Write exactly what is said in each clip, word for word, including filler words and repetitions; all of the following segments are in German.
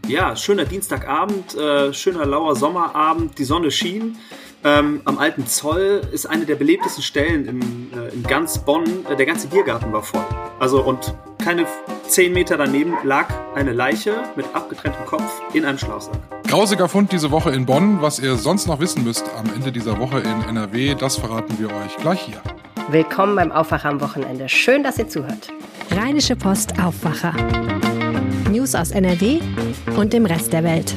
Ja, schöner Dienstagabend, äh, schöner lauer Sommerabend, die Sonne schien. Ähm, am Alten Zoll ist eine der belebtesten Stellen in, äh, in ganz Bonn. Äh, der ganze Biergarten war voll. Also und keine zehn Meter daneben lag eine Leiche mit abgetrenntem Kopf in einem Schlafsack. Grausiger Fund diese Woche in Bonn. Was ihr sonst noch wissen müsst am Ende dieser Woche in N R W, das verraten wir euch gleich hier. Willkommen beim Aufwacher am Wochenende. Schön, dass ihr zuhört. Rheinische Post Aufwacher. News aus N R W und dem Rest der Welt.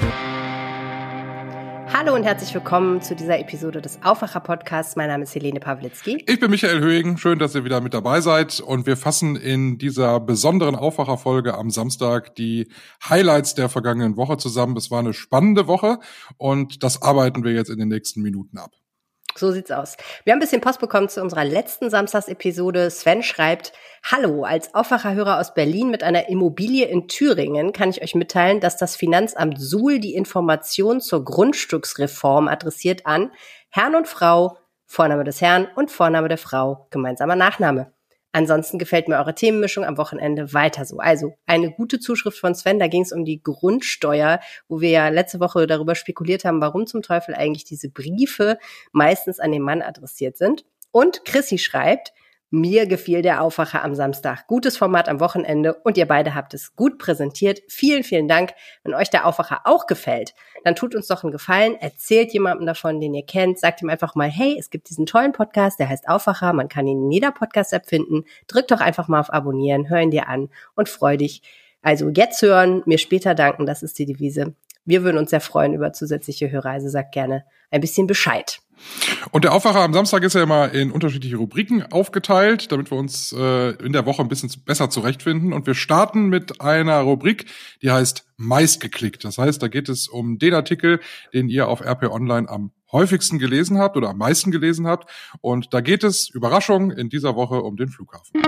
Hallo und herzlich willkommen zu dieser Episode des Aufwacher-Podcasts. Mein Name ist Helene Pawlitzki. Ich bin Michael Höhing. Schön, dass ihr wieder mit dabei seid. Und wir fassen in dieser besonderen Aufwacher-Folge am Samstag die Highlights der vergangenen Woche zusammen. Es war eine spannende Woche und das arbeiten wir jetzt in den nächsten Minuten ab. So sieht's aus. Wir haben ein bisschen Post bekommen zu unserer letzten Samstagsepisode. Sven schreibt: Hallo, als Aufwacherhörer aus Berlin mit einer Immobilie in Thüringen kann ich euch mitteilen, dass das Finanzamt Suhl die Information zur Grundstücksreform adressiert an Herrn und Frau, Vorname des Herrn und Vorname der Frau, gemeinsamer Nachname. Ansonsten gefällt mir eure Themenmischung am Wochenende weiter so. Also eine gute Zuschrift von Sven, da ging es um die Grundsteuer, wo wir ja letzte Woche darüber spekuliert haben, warum zum Teufel eigentlich diese Briefe meistens an den Mann adressiert sind. Und Chrissy schreibt: Mir gefiel der Aufwacher am Samstag. Gutes Format am Wochenende und ihr beide habt es gut präsentiert. Vielen, vielen Dank. Wenn euch der Aufwacher auch gefällt, dann tut uns doch einen Gefallen. Erzählt jemandem davon, den ihr kennt. Sagt ihm einfach mal, hey, es gibt diesen tollen Podcast, der heißt Aufwacher. Man kann ihn in jeder Podcast-App finden. Drück doch einfach mal auf Abonnieren, hör ihn dir an und freu dich. Also jetzt hören, mir später danken, das ist die Devise. Wir würden uns sehr freuen über zusätzliche Hörer. Also sagt gerne ein bisschen Bescheid. Und der Aufwacher am Samstag ist ja immer in unterschiedliche Rubriken aufgeteilt, damit wir uns äh, in der Woche ein bisschen besser zurechtfinden. Und wir starten mit einer Rubrik, die heißt Meistgeklickt. Das heißt, da geht es um den Artikel, den ihr auf R P Online am häufigsten gelesen habt oder am meisten gelesen habt. Und da geht es, Überraschung, in dieser Woche um den Flughafen.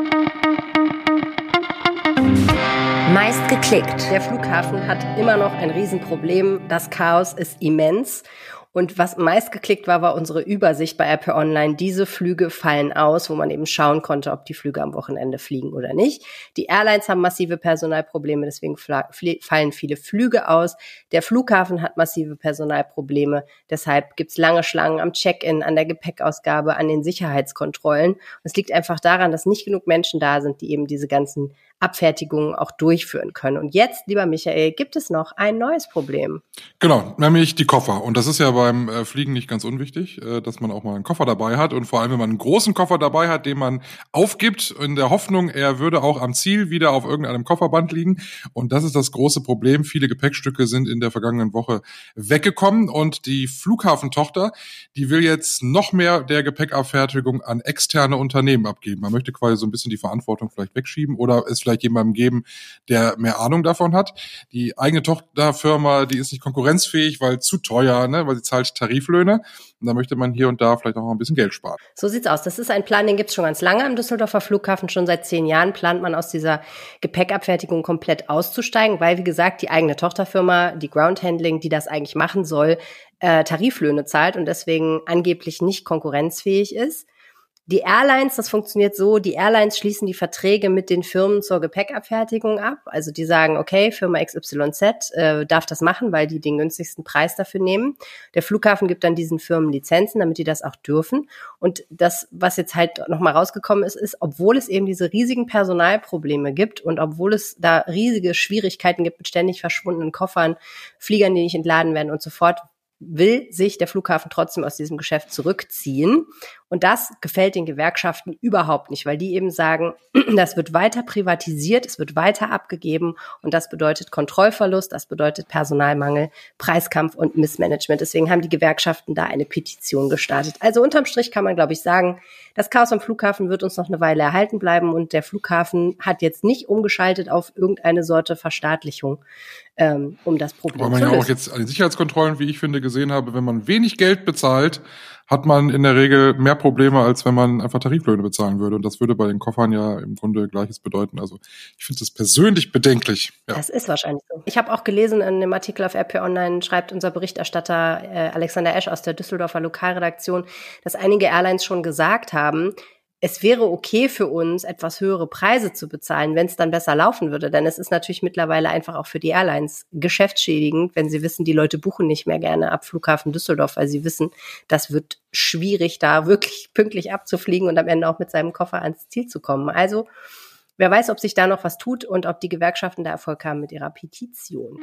Meist geklickt. Der Flughafen hat immer noch ein Riesenproblem. Das Chaos ist immens. Und was meist geklickt war, war unsere Übersicht bei R P Online. Diese Flüge fallen aus, wo man eben schauen konnte, ob die Flüge am Wochenende fliegen oder nicht. Die Airlines haben massive Personalprobleme, deswegen fallen viele Flüge aus. Der Flughafen hat massive Personalprobleme, deshalb gibt's lange Schlangen am Check-in, an der Gepäckausgabe, an den Sicherheitskontrollen. Es liegt einfach daran, dass nicht genug Menschen da sind, die eben diese ganzen Abfertigungen auch durchführen können. Und jetzt, lieber Michael, gibt es noch ein neues Problem. Genau, nämlich die Koffer. Und das ist ja beim äh, Fliegen nicht ganz unwichtig, äh, dass man auch mal einen Koffer dabei hat. Und vor allem, wenn man einen großen Koffer dabei hat, den man aufgibt, in der Hoffnung, er würde auch am Ziel wieder auf irgendeinem Kofferband liegen. Und das ist das große Problem. Viele Gepäckstücke sind in der vergangenen Woche weggekommen. Und die Flughafentochter, die will jetzt noch mehr der Gepäckabfertigung an externe Unternehmen abgeben. Man möchte quasi so ein bisschen die Verantwortung vielleicht wegschieben oder es vielleicht jemandem geben, der mehr Ahnung davon hat. Die eigene Tochterfirma, die ist nicht konkurrenzfähig, weil zu teuer, ne, weil sie zahlt Tariflöhne. Und da möchte man hier und da vielleicht auch noch ein bisschen Geld sparen. So sieht's aus. Das ist ein Plan, den gibt's schon ganz lange am Düsseldorfer Flughafen. Schon seit zehn Jahren plant man aus dieser Gepäckabfertigung komplett auszusteigen, weil, wie gesagt, die eigene Tochterfirma, die Ground Handling, die das eigentlich machen soll, äh, Tariflöhne zahlt und deswegen angeblich nicht konkurrenzfähig ist. Die Airlines, das funktioniert so, die Airlines schließen die Verträge mit den Firmen zur Gepäckabfertigung ab. Also die sagen, okay, Firma X Y Z äh, darf das machen, weil die den günstigsten Preis dafür nehmen. Der Flughafen gibt dann diesen Firmen Lizenzen, damit die das auch dürfen. Und das, was jetzt halt nochmal rausgekommen ist, ist, obwohl es eben diese riesigen Personalprobleme gibt und obwohl es da riesige Schwierigkeiten gibt mit ständig verschwundenen Koffern, Fliegern, die nicht entladen werden und so fort, will sich der Flughafen trotzdem aus diesem Geschäft zurückziehen. Und das gefällt den Gewerkschaften überhaupt nicht, weil die eben sagen, das wird weiter privatisiert, es wird weiter abgegeben und das bedeutet Kontrollverlust, das bedeutet Personalmangel, Preiskampf und Missmanagement. Deswegen haben die Gewerkschaften da eine Petition gestartet. Also unterm Strich kann man, glaube ich, sagen, das Chaos am Flughafen wird uns noch eine Weile erhalten bleiben und der Flughafen hat jetzt nicht umgeschaltet auf irgendeine Sorte Verstaatlichung, ähm, um das Problem zu lösen. Weil man ja auch jetzt an den Sicherheitskontrollen, wie ich finde, gesehen habe, wenn man wenig Geld bezahlt, hat man in der Regel mehr Probleme, als wenn man einfach Tariflöhne bezahlen würde. Und das würde bei den Koffern ja im Grunde Gleiches bedeuten. Also ich finde das persönlich bedenklich. Ja. Das ist wahrscheinlich so. Ich habe auch gelesen, in einem Artikel auf R P Online schreibt unser Berichterstatter äh, Alexander Esch aus der Düsseldorfer Lokalredaktion, dass einige Airlines schon gesagt haben, es wäre okay für uns, etwas höhere Preise zu bezahlen, wenn es dann besser laufen würde. Denn es ist natürlich mittlerweile einfach auch für die Airlines geschäftsschädigend, wenn sie wissen, die Leute buchen nicht mehr gerne ab Flughafen Düsseldorf, weil sie wissen, das wird schwierig, da wirklich pünktlich abzufliegen und am Ende auch mit seinem Koffer ans Ziel zu kommen. Also wer weiß, ob sich da noch was tut und ob die Gewerkschaften da Erfolg haben mit ihrer Petition.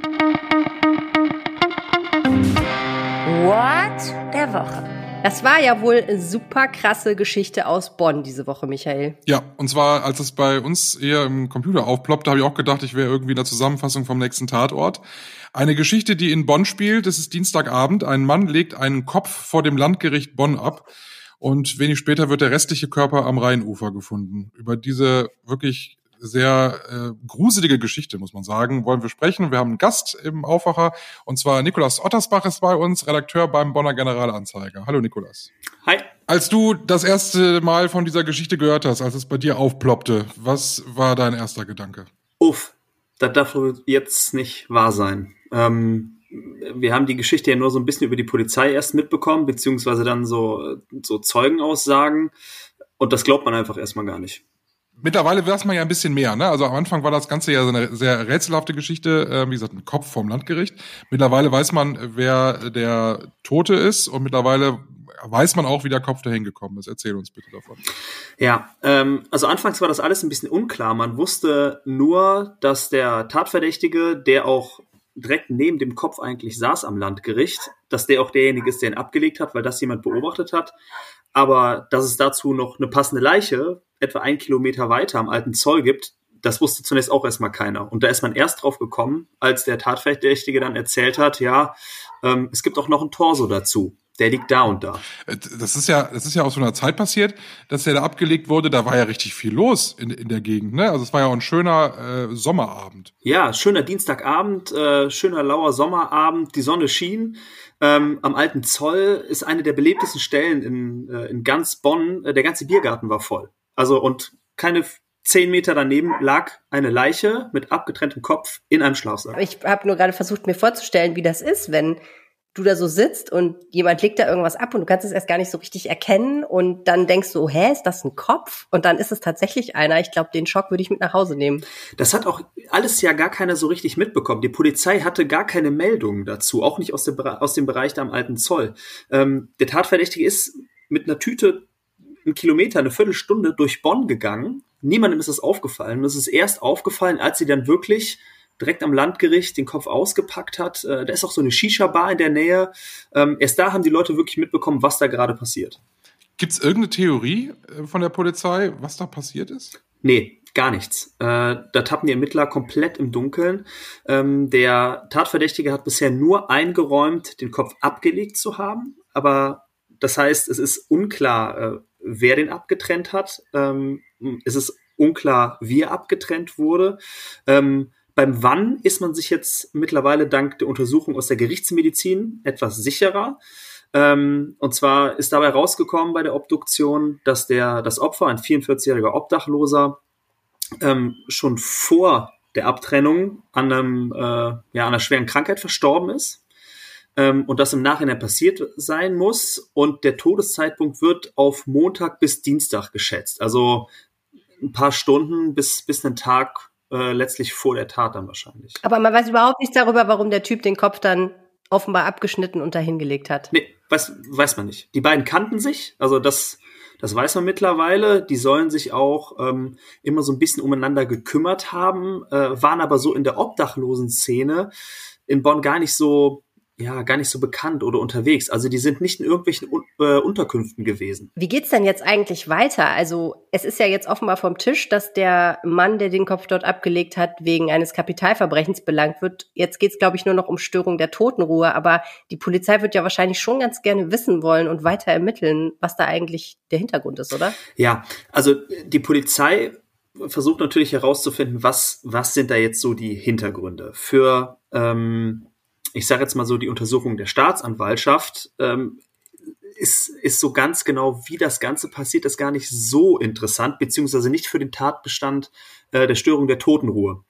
What der Woche. Das war ja wohl eine super krasse Geschichte aus Bonn diese Woche, Michael. Ja, und zwar, als es bei uns eher im Computer aufploppte, habe ich auch gedacht, ich wäre irgendwie in der Zusammenfassung vom nächsten Tatort. Eine Geschichte, die in Bonn spielt, es ist Dienstagabend. Ein Mann legt einen Kopf vor dem Landgericht Bonn ab und wenig später wird der restliche Körper am Rheinufer gefunden. Über diese wirklich sehr äh, gruselige Geschichte, muss man sagen, wollen wir sprechen. Wir haben einen Gast im Aufwacher, und zwar Nikolaus Ottersbach ist bei uns, Redakteur beim Bonner Generalanzeiger. Hallo Nikolaus. Hi. Als du das erste Mal von dieser Geschichte gehört hast, als es bei dir aufploppte, was war dein erster Gedanke? Uff, das darf jetzt nicht wahr sein. Ähm, wir haben die Geschichte ja nur so ein bisschen über die Polizei erst mitbekommen, beziehungsweise dann so, so Zeugenaussagen, und das glaubt man einfach erstmal gar nicht. Mittlerweile weiß man ja ein bisschen mehr, ne? Also am Anfang war das Ganze ja so eine sehr rätselhafte Geschichte, äh, wie gesagt, ein Kopf vom Landgericht. Mittlerweile weiß man, wer der Tote ist, und mittlerweile weiß man auch, wie der Kopf dahin gekommen ist. Erzähl uns bitte davon. Ja, ähm, also anfangs war das alles ein bisschen unklar. Man wusste nur, dass der Tatverdächtige, der auch direkt neben dem Kopf eigentlich saß am Landgericht, dass der auch derjenige ist, der ihn abgelegt hat, weil das jemand beobachtet hat. Aber dass es dazu noch eine passende Leiche etwa einen Kilometer weiter am Alten Zoll gibt, das wusste zunächst auch erstmal keiner. Und da ist man erst drauf gekommen, als der Tatverdächtige dann erzählt hat, ja, ähm, es gibt auch noch einen Torso dazu. Der liegt da und da. Das ist ja, das ist ja aus so einer Zeit passiert, dass der da abgelegt wurde. Da war ja richtig viel los in, in der Gegend, ne? Also es war ja auch ein schöner äh, Sommerabend. Ja, schöner Dienstagabend, äh, schöner lauer Sommerabend. Die Sonne schien. Ähm, am Alten Zoll ist eine der belebtesten Stellen in, äh, in ganz Bonn. Äh, der ganze Biergarten war voll. Also und keine zehn Meter daneben lag eine Leiche mit abgetrenntem Kopf in einem Schlafsack. Ich habe nur gerade versucht, mir vorzustellen, wie das ist, wenn du da so sitzt und jemand legt da irgendwas ab und du kannst es erst gar nicht so richtig erkennen und dann denkst du, hä, ist das ein Kopf? Und dann ist es tatsächlich einer. Ich glaube, den Schock würde ich mit nach Hause nehmen. Das hat auch alles ja gar keiner so richtig mitbekommen. Die Polizei hatte gar keine Meldungen dazu, auch nicht aus dem, aus dem Bereich da am Alten Zoll. Ähm, der Tatverdächtige ist mit einer Tüte einen Kilometer, eine Viertelstunde durch Bonn gegangen. Niemandem ist das aufgefallen. Und es ist erst aufgefallen, als sie dann wirklich direkt am Landgericht den Kopf ausgepackt hat. Äh, da ist auch so eine Shisha-Bar in der Nähe. Ähm, erst da haben die Leute wirklich mitbekommen, was da gerade passiert. Gibt es irgendeine Theorie von der Polizei, was da passiert ist? Nee, gar nichts. Äh, da tappen die Ermittler komplett im Dunkeln. Ähm, der Tatverdächtige hat bisher nur eingeräumt, den Kopf abgelegt zu haben. Aber das heißt, es ist unklar, äh, wer den abgetrennt hat. Ähm, es ist unklar, wie er abgetrennt wurde. Ähm, Beim Wann ist man sich jetzt mittlerweile dank der Untersuchung aus der Gerichtsmedizin etwas sicherer. Ähm, und zwar ist dabei rausgekommen bei der Obduktion, dass der, das Opfer, ein vierundvierzigjähriger Obdachloser, ähm, schon vor der Abtrennung an, einem, äh, ja, an einer schweren Krankheit verstorben ist. Ähm, und das im Nachhinein passiert sein muss. Und der Todeszeitpunkt wird auf Montag bis Dienstag geschätzt. Also ein paar Stunden bis, bis einen Tag Äh, letztlich vor der Tat dann wahrscheinlich. Aber man weiß überhaupt nichts darüber, warum der Typ den Kopf dann offenbar abgeschnitten und dahin gelegt hat. Nee, weiß, weiß man nicht. Die beiden kannten sich, also das, das weiß man mittlerweile. Die sollen sich auch ähm, immer so ein bisschen umeinander gekümmert haben, äh, waren aber so in der Obdachlosen-Szene in Bonn gar nicht so, ja, gar nicht so bekannt oder unterwegs. Also die sind nicht in irgendwelchen äh, Unterkünften gewesen. Wie geht's denn jetzt eigentlich weiter? Also es ist ja jetzt offenbar vom Tisch, dass der Mann, der den Kopf dort abgelegt hat, wegen eines Kapitalverbrechens belangt wird. Jetzt geht's, glaube ich, nur noch um Störung der Totenruhe. Aber die Polizei wird ja wahrscheinlich schon ganz gerne wissen wollen und weiter ermitteln, was da eigentlich der Hintergrund ist, oder? Ja, also die Polizei versucht natürlich herauszufinden, was, was sind da jetzt so die Hintergründe für, ähm, ich sage jetzt mal so, die Untersuchung der Staatsanwaltschaft ähm, ist, ist so ganz genau, wie das Ganze passiert, ist gar nicht so interessant, beziehungsweise nicht für den Tatbestand äh, der Störung der Totenruhe.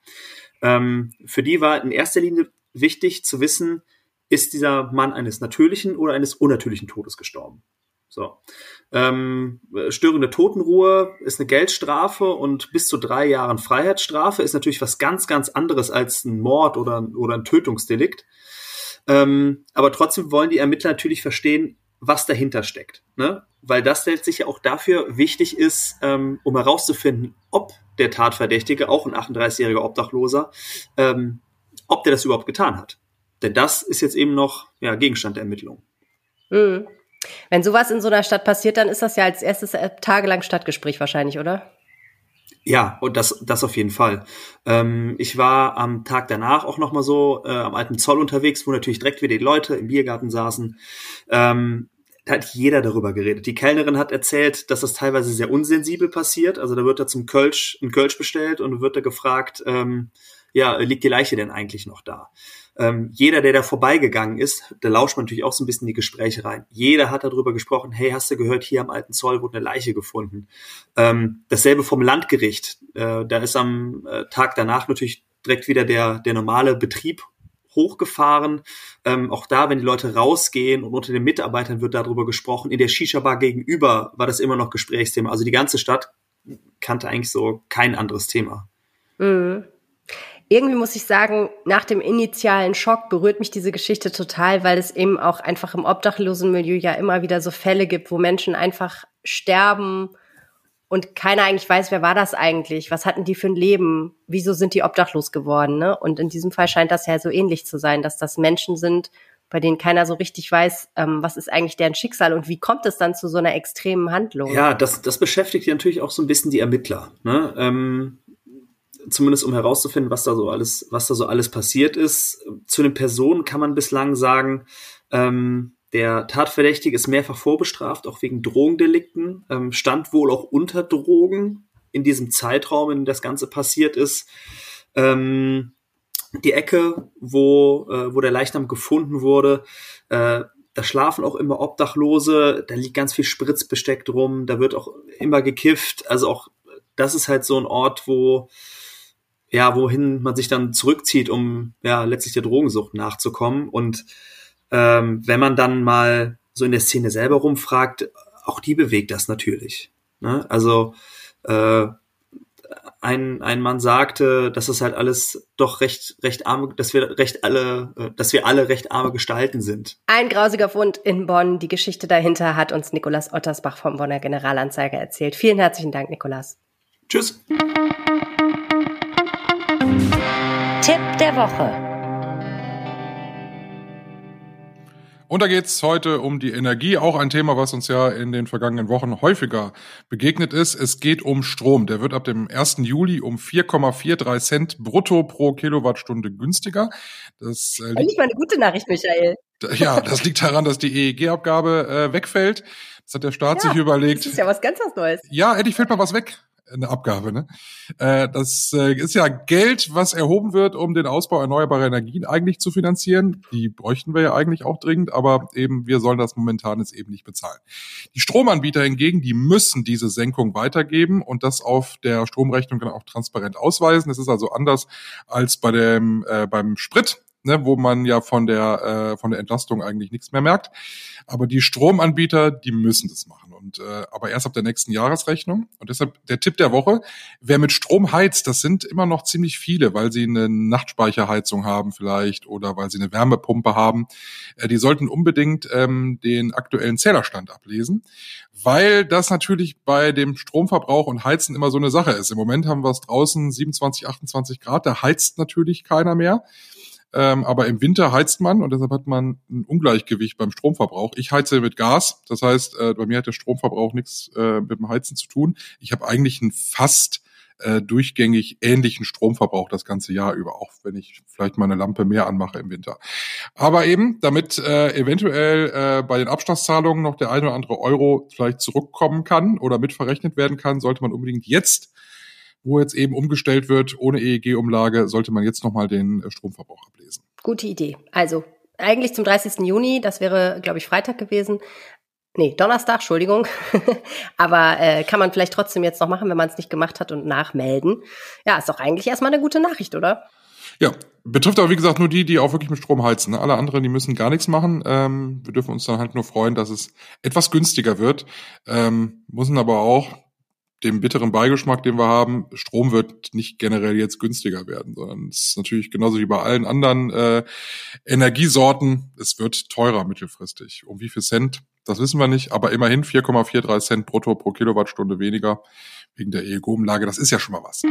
Ähm, für die war in erster Linie wichtig zu wissen, ist dieser Mann eines natürlichen oder eines unnatürlichen Todes gestorben. So. Ähm, Störung der Totenruhe ist eine Geldstrafe und bis zu drei Jahren Freiheitsstrafe ist natürlich was ganz, ganz anderes als ein Mord oder, oder ein Tötungsdelikt. Ähm, aber trotzdem wollen die Ermittler natürlich verstehen, was dahinter steckt, ne? Weil das letztlich ja auch dafür wichtig ist, ähm, um herauszufinden, ob der Tatverdächtige, auch ein achtunddreißigjähriger Obdachloser, ähm, ob der das überhaupt getan hat. Denn das ist jetzt eben noch ja, Gegenstand der Ermittlung. Mhm. Wenn sowas in so einer Stadt passiert, dann ist das ja als erstes äh, tagelang Stadtgespräch wahrscheinlich, oder? Ja, und das, das auf jeden Fall. Ähm, ich war am Tag danach auch noch mal so äh, am alten Zoll unterwegs, wo natürlich direkt wieder die Leute im Biergarten saßen. Ähm, da hat jeder darüber geredet. Die Kellnerin hat erzählt, dass das teilweise sehr unsensibel passiert. Also da wird da zum Kölsch ein Kölsch bestellt und wird da gefragt, ähm, ja, liegt die Leiche denn eigentlich noch da? Ähm, jeder, der da vorbeigegangen ist, da lauscht man natürlich auch so ein bisschen die Gespräche rein. Jeder hat darüber gesprochen, hey, hast du gehört, hier am alten Zoll wurde eine Leiche gefunden. Ähm, dasselbe vom Landgericht. Äh, da ist am äh, Tag danach natürlich direkt wieder der, der normale Betrieb hochgefahren. Ähm, auch da, wenn die Leute rausgehen und unter den Mitarbeitern wird darüber gesprochen. In der Shisha-Bar gegenüber war das immer noch Gesprächsthema. Also die ganze Stadt kannte eigentlich so kein anderes Thema. Mhm. Irgendwie muss ich sagen, nach dem initialen Schock berührt mich diese Geschichte total, weil es eben auch einfach im Obdachlosenmilieu ja immer wieder so Fälle gibt, wo Menschen einfach sterben und keiner eigentlich weiß, wer war das eigentlich? Was hatten die für ein Leben? Wieso sind die obdachlos geworden? Ne? Und in diesem Fall scheint das ja so ähnlich zu sein, dass das Menschen sind, bei denen keiner so richtig weiß, ähm, was ist eigentlich deren Schicksal und wie kommt es dann zu so einer extremen Handlung? Ja, das, das beschäftigt ja natürlich auch so ein bisschen die Ermittler, ne? Ähm, zumindest um herauszufinden, was da so alles, was da so alles passiert ist. Zu den Personen kann man bislang sagen, ähm, der Tatverdächtige ist mehrfach vorbestraft, auch wegen Drogendelikten, ähm, stand wohl auch unter Drogen in diesem Zeitraum, in dem das Ganze passiert ist. Ähm, die Ecke, wo, äh, wo der Leichnam gefunden wurde, äh, da schlafen auch immer Obdachlose, da liegt ganz viel Spritzbesteck drum, da wird auch immer gekifft. Also auch das ist halt so ein Ort, wo ja, wohin man sich dann zurückzieht, um ja letztlich der Drogensucht nachzukommen. Und ähm, wenn man dann mal so in der Szene selber rumfragt, auch die bewegt das natürlich. Ne? Also äh, ein ein Mann sagte, dass es halt alles doch recht recht arme, dass wir recht alle, äh, dass wir alle recht arme Gestalten sind. Ein grausiger Fund in Bonn. Die Geschichte dahinter hat uns Nikolaus Ottersbach vom Bonner Generalanzeiger erzählt. Vielen herzlichen Dank, Nikolaus. Tschüss. Tipp der Woche. Und da geht's heute um die Energie, auch ein Thema, was uns ja in den vergangenen Wochen häufiger begegnet ist. Es geht um Strom. Der wird ab dem ersten Juli um vier Komma dreiundvierzig Cent brutto pro Kilowattstunde günstiger. Das äh, liegt, Endlich mal eine gute Nachricht, Michael. Ja, das liegt daran, dass die E E G-Abgabe äh, wegfällt. Das hat der Staat Ja, sich überlegt. Das ist ja was ganz was Neues. Ja, endlich fällt mal was weg. Eine Abgabe, ne? Äh, das äh, ist ja Geld, was erhoben wird, um den Ausbau erneuerbarer Energien eigentlich zu finanzieren. Die bräuchten wir ja eigentlich auch dringend, aber eben wir sollen das momentan jetzt eben nicht bezahlen. Die Stromanbieter hingegen, die müssen diese Senkung weitergeben und das auf der Stromrechnung dann auch transparent ausweisen. Das ist also anders als bei dem äh, beim Sprit, ne, wo man ja von der äh, von der Entlastung eigentlich nichts mehr merkt. Aber die Stromanbieter, die müssen das machen. Und äh, aber erst ab der nächsten Jahresrechnung. Und deshalb der Tipp der Woche: Wer mit Strom heizt, das sind immer noch ziemlich viele, weil sie eine Nachtspeicherheizung haben vielleicht oder weil sie eine Wärmepumpe haben. Äh, die sollten unbedingt ähm, den aktuellen Zählerstand ablesen, weil das natürlich bei dem Stromverbrauch und Heizen immer so eine Sache ist. Im Moment haben wir es draußen siebenundzwanzig, achtundzwanzig Grad, da heizt natürlich keiner mehr. Ähm, aber im Winter heizt man und deshalb hat man ein Ungleichgewicht beim Stromverbrauch. Ich heize mit Gas, das heißt, äh, bei mir hat der Stromverbrauch nichts äh, mit dem Heizen zu tun. Ich habe eigentlich einen fast äh, durchgängig ähnlichen Stromverbrauch das ganze Jahr über, auch wenn ich vielleicht mal eine Lampe mehr anmache im Winter. Aber eben, damit äh, eventuell äh, bei den Abschlagszahlungen noch der ein oder andere Euro vielleicht zurückkommen kann oder mitverrechnet werden kann, sollte man unbedingt jetzt, wo jetzt eben umgestellt wird, ohne E E G-Umlage, sollte man jetzt nochmal den Stromverbrauch ablesen. Gute Idee. Also eigentlich zum dreißigsten Juni, das wäre, glaube ich, Freitag gewesen. Nee, Donnerstag, Entschuldigung. Aber äh, kann man vielleicht trotzdem jetzt noch machen, wenn man es nicht gemacht hat und nachmelden. Ja, ist doch eigentlich erstmal eine gute Nachricht, oder? Ja, betrifft aber wie gesagt nur die, die auch wirklich mit Strom heizen. Alle anderen, die müssen gar nichts machen. Ähm, wir dürfen uns dann halt nur freuen, dass es etwas günstiger wird. Ähm, müssen aber auch dem bitteren Beigeschmack, den wir haben, Strom wird nicht generell jetzt günstiger werden, sondern es ist natürlich genauso wie bei allen anderen äh, Energiesorten, es wird teurer mittelfristig. Um wie viel Cent, das wissen wir nicht, aber immerhin vier Komma dreiundvierzig Cent brutto pro Kilowattstunde weniger wegen der E E G-Umlage, das ist ja schon mal was.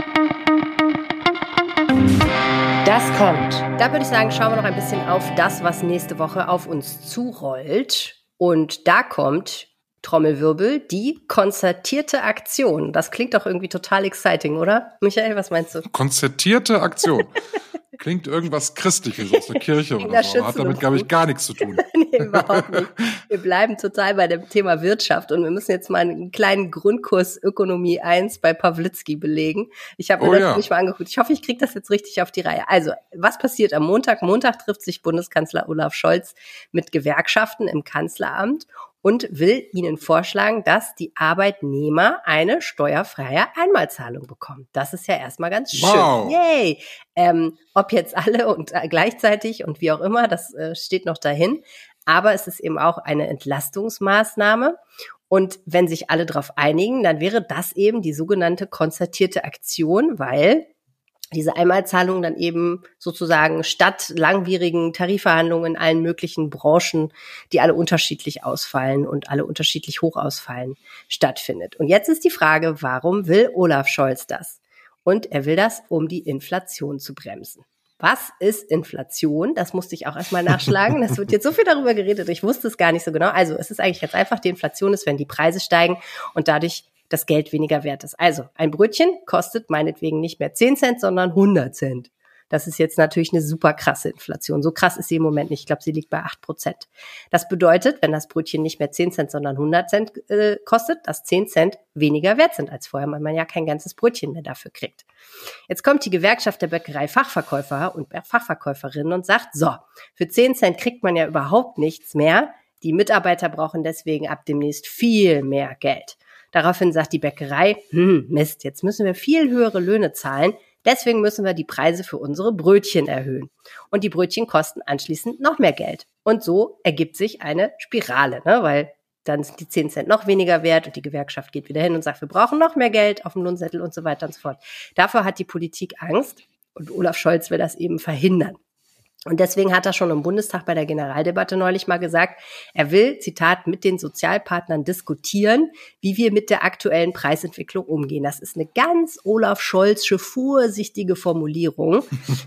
Das kommt. Da würde ich sagen, schauen wir noch ein bisschen auf das, was nächste Woche auf uns zurollt. Und da kommt, Trommelwirbel, die konzertierte Aktion. Das klingt doch irgendwie total exciting, oder? Michael, was meinst du? Konzertierte Aktion. Klingt irgendwas Christliches aus der Kirche oder so. Aber hat damit, glaube ich, gar nichts zu tun. Nee, überhaupt nicht. Wir bleiben total bei dem Thema Wirtschaft und wir müssen jetzt mal einen kleinen Grundkurs Ökonomie eins bei Pawlitzki belegen. Ich habe mir Oh das ja. nicht mal angeguckt. Ich hoffe, ich kriege das jetzt richtig auf die Reihe. Also, was passiert am Montag? Montag trifft sich Bundeskanzler Olaf Scholz mit Gewerkschaften im Kanzleramt und will ihnen vorschlagen, dass die Arbeitnehmer eine steuerfreie Einmalzahlung bekommen. Das ist ja erstmal ganz schön. Wow. Yay! Ähm, ob jetzt alle und äh, gleichzeitig und wie auch immer, das äh, steht noch dahin. Aber es ist eben auch eine Entlastungsmaßnahme. Und wenn sich alle darauf einigen, dann wäre das eben die sogenannte konzertierte Aktion, weil diese Einmalzahlung dann eben sozusagen statt langwierigen Tarifverhandlungen in allen möglichen Branchen, die alle unterschiedlich ausfallen und alle unterschiedlich hoch ausfallen, stattfindet. Und jetzt ist die Frage, warum will Olaf Scholz das? Und er will das, um die Inflation zu bremsen. Was ist Inflation? Das musste ich auch erstmal nachschlagen. Es wird jetzt so viel darüber geredet, ich wusste es gar nicht so genau. Also es ist eigentlich ganz einfach, die Inflation ist, wenn die Preise steigen und dadurch das Geld weniger wert ist. Also ein Brötchen kostet meinetwegen nicht mehr zehn Cent, sondern hundert Cent. Das ist jetzt natürlich eine super krasse Inflation. So krass ist sie im Moment nicht. Ich glaube, sie liegt bei acht Prozent. Das bedeutet, wenn das Brötchen nicht mehr zehn Cent, sondern hundert Cent äh, kostet, dass zehn Cent weniger wert sind als vorher, weil man ja kein ganzes Brötchen mehr dafür kriegt. Jetzt kommt die Gewerkschaft der Bäckerei-Fachverkäufer und Fachverkäuferinnen und sagt, so, für zehn Cent kriegt man ja überhaupt nichts mehr. Die Mitarbeiter brauchen deswegen ab demnächst viel mehr Geld. Daraufhin sagt die Bäckerei, hm, Mist, jetzt müssen wir viel höhere Löhne zahlen. Deswegen müssen wir die Preise für unsere Brötchen erhöhen. Und die Brötchen kosten anschließend noch mehr Geld. Und so ergibt sich eine Spirale, ne? Weil dann sind die zehn Cent noch weniger wert und die Gewerkschaft geht wieder hin und sagt, wir brauchen noch mehr Geld auf dem Lohnzettel und so weiter und so fort. Dafür hat die Politik Angst und Olaf Scholz will das eben verhindern. Und deswegen hat er schon im Bundestag bei der Generaldebatte neulich mal gesagt, er will, Zitat, mit den Sozialpartnern diskutieren, wie wir mit der aktuellen Preisentwicklung umgehen. Das ist eine ganz Olaf Scholzsche, vorsichtige Formulierung.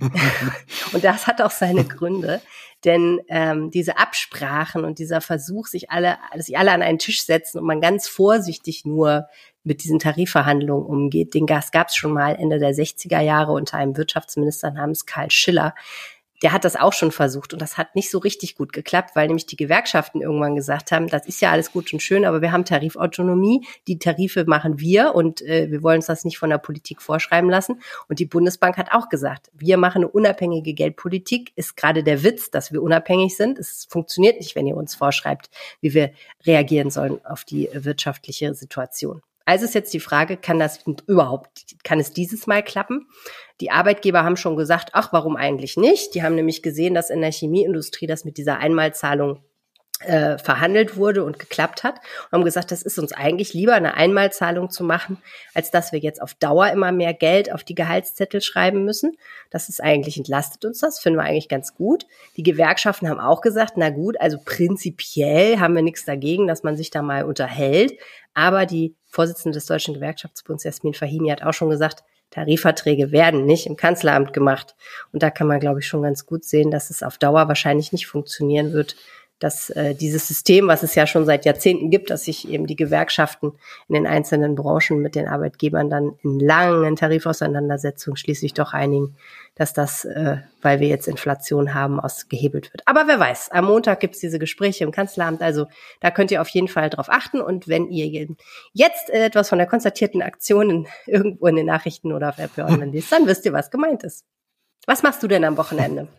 Und das hat auch seine Gründe. Denn ähm, diese Absprachen und dieser Versuch, sich alle, dass sich alle an einen Tisch setzen und man ganz vorsichtig nur mit diesen Tarifverhandlungen umgeht, den gab es schon mal Ende der sechziger Jahre unter einem Wirtschaftsminister namens Karl Schiller. Der hat das auch schon versucht und das hat nicht so richtig gut geklappt, weil nämlich die Gewerkschaften irgendwann gesagt haben, das ist ja alles gut und schön, aber wir haben Tarifautonomie, die Tarife machen wir und äh, wir wollen uns das nicht von der Politik vorschreiben lassen. Und die Bundesbank hat auch gesagt, wir machen eine unabhängige Geldpolitik, ist gerade der Witz, dass wir unabhängig sind. Es funktioniert nicht, wenn ihr uns vorschreibt, wie wir reagieren sollen auf die wirtschaftliche Situation. Also ist jetzt die Frage, kann das überhaupt, kann es dieses Mal klappen? Die Arbeitgeber haben schon gesagt, ach, warum eigentlich nicht? Die haben nämlich gesehen, dass in der Chemieindustrie das mit dieser Einmalzahlung äh, verhandelt wurde und geklappt hat und haben gesagt, das ist uns eigentlich lieber, eine Einmalzahlung zu machen, als dass wir jetzt auf Dauer immer mehr Geld auf die Gehaltszettel schreiben müssen. Das ist eigentlich, entlastet uns das, finden wir eigentlich ganz gut. Die Gewerkschaften haben auch gesagt, na gut, also prinzipiell haben wir nichts dagegen, dass man sich da mal unterhält, aber die Vorsitzende des Deutschen Gewerkschaftsbunds, Jasmin Fahimi, hat auch schon gesagt, Tarifverträge werden nicht im Kanzleramt gemacht. Und da kann man, glaube ich, schon ganz gut sehen, dass es auf Dauer wahrscheinlich nicht funktionieren wird, dass äh, dieses System, was es ja schon seit Jahrzehnten gibt, dass sich eben die Gewerkschaften in den einzelnen Branchen mit den Arbeitgebern dann in langen Tarifauseinandersetzungen schließlich doch einigen, dass das, äh, weil wir jetzt Inflation haben, ausgehebelt wird. Aber wer weiß, am Montag gibt's diese Gespräche im Kanzleramt, also da könnt ihr auf jeden Fall drauf achten. Und wenn ihr jetzt etwas von der konzertierten Aktion in, irgendwo in den Nachrichten oder auf R P Online liest, dann wisst ihr, was gemeint ist. Was machst du denn am Wochenende?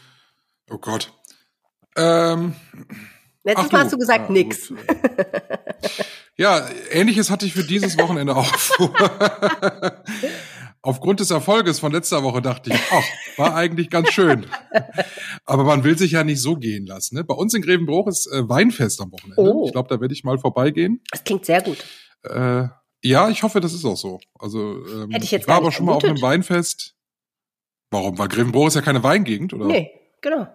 Oh Gott. Ähm, Letztes Mal hast du gesagt, ja, nix. Ja, Ähnliches hatte ich für dieses Wochenende auch vor. aufgrund des Erfolges von letzter Woche dachte ich, ach, war eigentlich ganz schön. Aber man will sich ja nicht so gehen lassen. Ne? Bei uns in Grevenbroich ist äh, Weinfest am Wochenende. Oh. Ich glaube, da werde ich mal vorbeigehen. Das klingt sehr gut. Äh, ja, ich hoffe, das ist auch so. Also ähm, Hätte ich jetzt ich war gar nicht aber schon mal auf vermutet. einem Weinfest. Warum? Weil Grevenbroich ist ja keine Weingegend, oder? Nee, genau.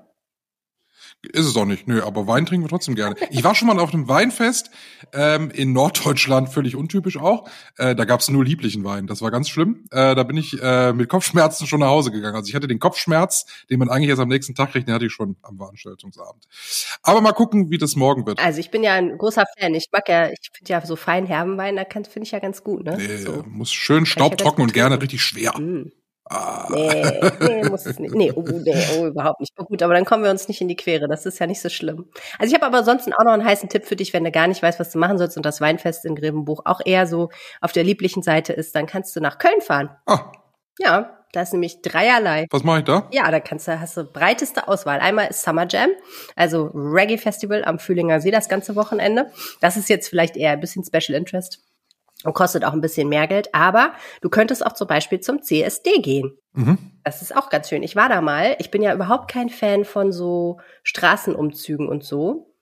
Ist es auch nicht. Nö, aber Wein trinken wir trotzdem gerne. Ich war schon mal auf einem Weinfest ähm, in Norddeutschland, völlig untypisch auch. Äh, da gab's nur lieblichen Wein. Das war ganz schlimm. Äh, da bin ich äh, mit Kopfschmerzen schon nach Hause gegangen. Also ich hatte den Kopfschmerz, den man eigentlich erst am nächsten Tag kriegt, den hatte ich schon am Veranstaltungsabend. Aber mal gucken, wie das morgen wird. Also ich bin ja ein großer Fan. Ich mag ja, ich finde ja so fein herben Wein, da finde ich ja ganz gut, ne? Nee, So. muss schön staubtrocken ja und gerne richtig schwer. Mm. Ah. Nee, nee, muss es nicht. Nee, oh, nee, oh, überhaupt nicht. Oh, gut, aber dann kommen wir uns nicht in die Quere. Das ist ja nicht so schlimm. Also ich habe aber sonst auch noch einen heißen Tipp für dich, wenn du gar nicht weißt, was du machen sollst und das Weinfest in Grevenbroich auch eher so auf der lieblichen Seite ist, dann kannst du nach Köln fahren. Ah, Ja, da ist nämlich dreierlei. was mache ich da? Ja, da kannst du, hast du breiteste Auswahl. Einmal ist Summer Jam, also Reggae Festival am Fühlinger See das ganze Wochenende. Das ist jetzt vielleicht eher ein bisschen Special Interest und kostet auch ein bisschen mehr Geld, aber du könntest auch zum Beispiel zum C S D gehen. Mhm. Das ist auch ganz schön. Ich war da mal. Ich bin ja überhaupt kein Fan von so Straßenumzügen und so.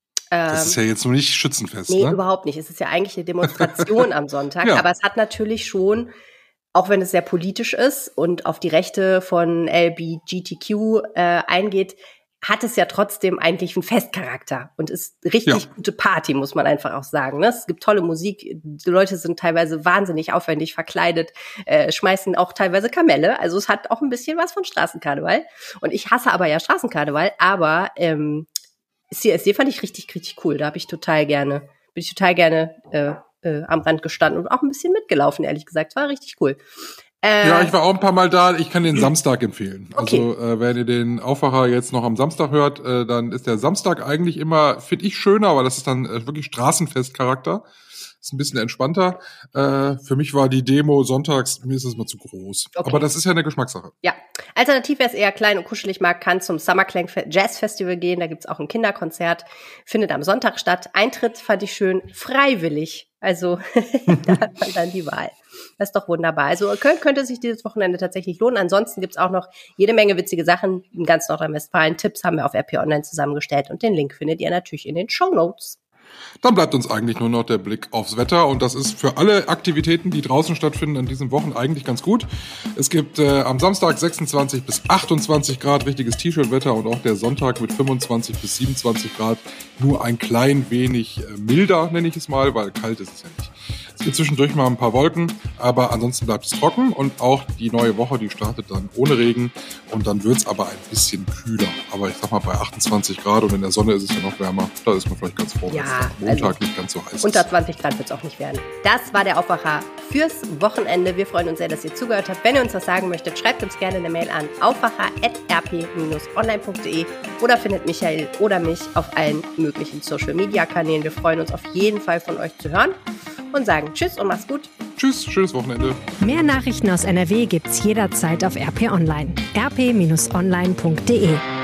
Das ist ja jetzt nur nicht Schützenfest, Nee, ne? überhaupt nicht. Es ist ja eigentlich eine Demonstration am Sonntag, Ja. aber es hat natürlich schon, auch wenn es sehr politisch ist und auf die Rechte von L G B T Q äh, eingeht, hat es ja trotzdem eigentlich einen Festcharakter und ist richtig Ja. gute Party, muss man einfach auch sagen. Ne? Es gibt tolle Musik, die Leute sind teilweise wahnsinnig aufwendig verkleidet, äh, schmeißen auch teilweise Kamelle. Also es hat auch ein bisschen was von Straßenkarneval. Und ich hasse aber ja Straßenkarneval, aber ähm, C S D fand ich richtig, richtig cool. Da habe ich total gerne, bin ich total gerne äh, äh, am Rand gestanden und auch ein bisschen mitgelaufen, ehrlich gesagt. War richtig cool. Äh, Ja, ich war auch ein paar Mal da. Ich kann den Samstag empfehlen. Okay. Also äh, wenn ihr den Aufwacher jetzt noch am Samstag hört, äh, dann ist der Samstag eigentlich immer, finde ich, schöner, aber das ist dann äh, wirklich Straßenfestcharakter. Ist ein bisschen entspannter. Äh, für mich war die Demo sonntags, mir ist es mal zu groß. Okay. Aber das ist ja eine Geschmackssache. Ja, alternativ, wer es eher klein und kuschelig mag, kann zum Summer Clang Jazz Festival gehen. Da gibt's auch ein Kinderkonzert, findet am Sonntag statt. Eintritt fand ich schön, freiwillig. Also da hat man dann die Wahl. Das ist doch wunderbar. Also Köln könnte sich dieses Wochenende tatsächlich lohnen. Ansonsten gibt's auch noch jede Menge witzige Sachen in ganz Nordrhein-Westfalen. Tipps haben wir auf R P Online zusammengestellt und den Link findet ihr natürlich in den Shownotes. Dann bleibt uns eigentlich nur noch der Blick aufs Wetter und das ist für alle Aktivitäten, die draußen stattfinden an diesen Wochen eigentlich ganz gut. Es gibt äh, am Samstag sechsundzwanzig bis achtundzwanzig Grad richtiges T-Shirt-Wetter und auch der Sonntag mit fünfundzwanzig bis siebenundzwanzig Grad nur ein klein wenig äh, milder, nenne ich es mal, weil kalt ist es ja nicht. Es gibt zwischendurch mal ein paar Wolken, aber ansonsten bleibt es trocken und auch die neue Woche, die startet dann ohne Regen und dann wird's aber ein bisschen kühler. Aber ich sag mal, bei achtundzwanzig Grad und in der Sonne ist es ja noch wärmer. Da ist man vielleicht ganz froh, Ja, dass der Montag also nicht ganz so heiß Unter ist. zwanzig Grad wird's auch nicht werden. Das war der Aufwacher fürs Wochenende. Wir freuen uns sehr, dass ihr zugehört habt. Wenn ihr uns was sagen möchtet, schreibt uns gerne eine Mail an aufwacher at r p online punkt de oder findet Michael oder mich auf allen möglichen Social-Media-Kanälen. Wir freuen uns auf jeden Fall von euch zu hören und sagen Tschüss und macht's gut. Tschüss, schönes Wochenende. Mehr Nachrichten aus N R W gibt's jederzeit auf R P Online. r p online punkt de